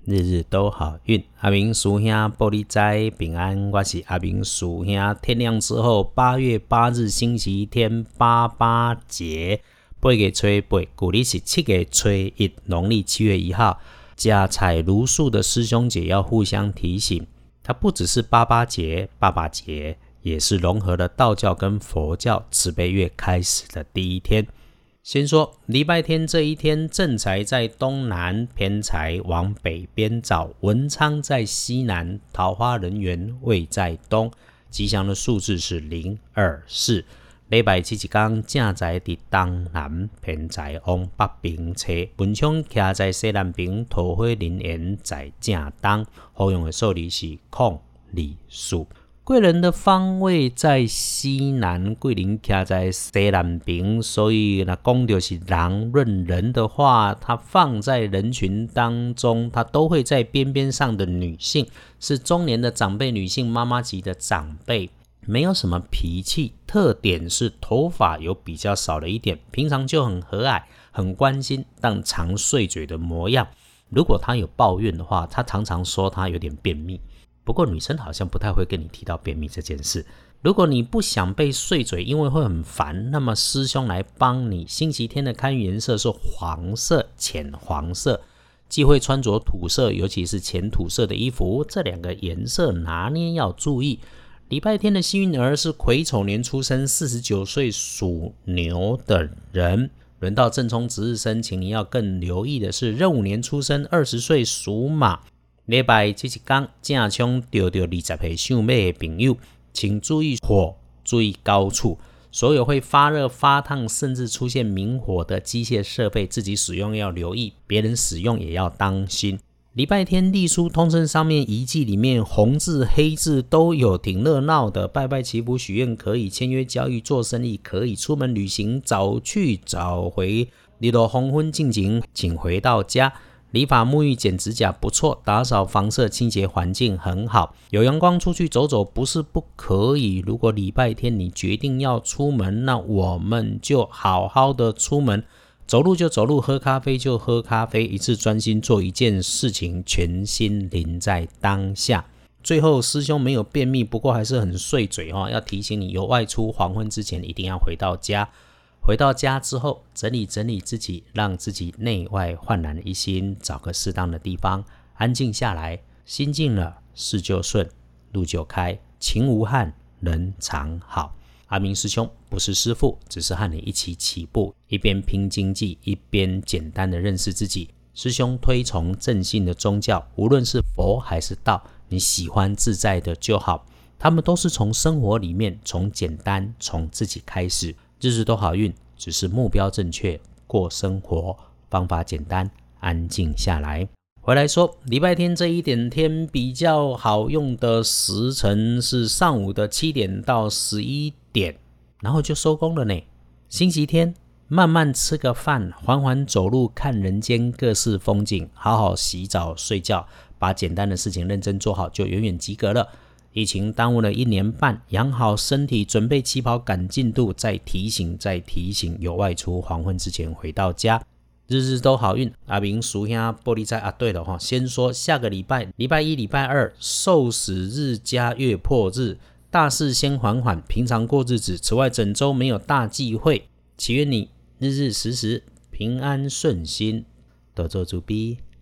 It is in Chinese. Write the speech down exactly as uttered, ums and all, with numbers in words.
日日都好运。阿明叔兄玻璃斋平安，我是阿明叔兄。天亮之后，八月八日星期天，八八节，八月初八，古历是七月初一，农历七月一号。家财如数的师兄姐要互相提醒，它不只是八八节、爸爸节，也是融合了道教跟佛教慈悲月开始的第一天。先说礼拜天这一天，正财在东南，偏财往北边找，文昌在西南，桃花人缘位在东，吉祥的数字是零二四。礼拜七一天，正财在东南，偏财往北边找，文昌徛在西南边，桃花人缘在正东，好用的数字是空二四。贵人的方位在西南，贵人徛在西南边，所以那讲就是人论人的话，它放在人群当中，它都会在边边上的女性，是中年的长辈女性，妈妈级的长辈，没有什么脾气，特点是头发有比较少了一点，平常就很和蔼，很关心，但常碎嘴的模样。如果她有抱怨的话，她常常说她有点便秘。不过女生好像不太会跟你提到便秘这件事。如果你不想被碎嘴，因为会很烦，那么师兄来帮你。星期天的开运颜色是黄色、浅黄色，忌讳穿着土色，尤其是浅土色的衣服，这两个颜色拿捏要注意。礼拜天的幸运儿是癸丑年出生，四十九岁属牛的人。轮到正冲值日生，请你要更留意的是壬午年出生，二十岁属马。礼拜七一天，正冲钓到二十岁想买的朋友，请注意火，注意高处。所有会发热、发烫，甚至出现明火的机械设备，自己使用要留意，别人使用也要当心。礼拜天历书通胜上面遗迹里面红字黑字都有，挺热闹的。拜拜祈福许愿可以，签约交易做生意可以，出门旅行早去早回。日落黄昏进行，请回到家。理发沐浴剪指甲不错，打扫房舍清洁环境很好。有阳光出去走走不是不可以，如果礼拜天你决定要出门，那我们就好好的出门，走路就走路，喝咖啡就喝咖啡，一次专心做一件事情，全心临在当下。最后师兄没有便秘，不过还是很碎嘴、哦、要提醒你，有外出黄昏之前一定要回到家。回到家之后，整理整理自己，让自己内外焕然一新，找个适当的地方安静下来，心静了，事就顺，路就开，情无憾，人常好。阿明师兄不是师父，只是和你一起起步，一边拼经济，一边简单的认识自己。师兄推崇正信的宗教，无论是佛还是道，你喜欢自在的就好，他们都是从生活里面，从简单，从自己开始。日日都好运，只是目标正确，过生活方法简单，安静下来。回来说，礼拜天这一点天比较好用的时辰是上午的七点到十一点，然后就收工了呢。星期天慢慢吃个饭，缓缓走路，看人间各式风景，好好洗澡睡觉，把简单的事情认真做好，就远远及格了。疫情耽误了一年半，养好身体，准备起跑赶进度，再提醒再提醒，有外出黄昏之前回到家，日日都好运。阿明叔兄玻璃斋啊，对了，先说下个礼拜，礼拜一礼拜二受死日加月破日，大事先缓缓，平常过日子。此外整周没有大忌讳，祈愿你日日时时平安顺心，多做主逼。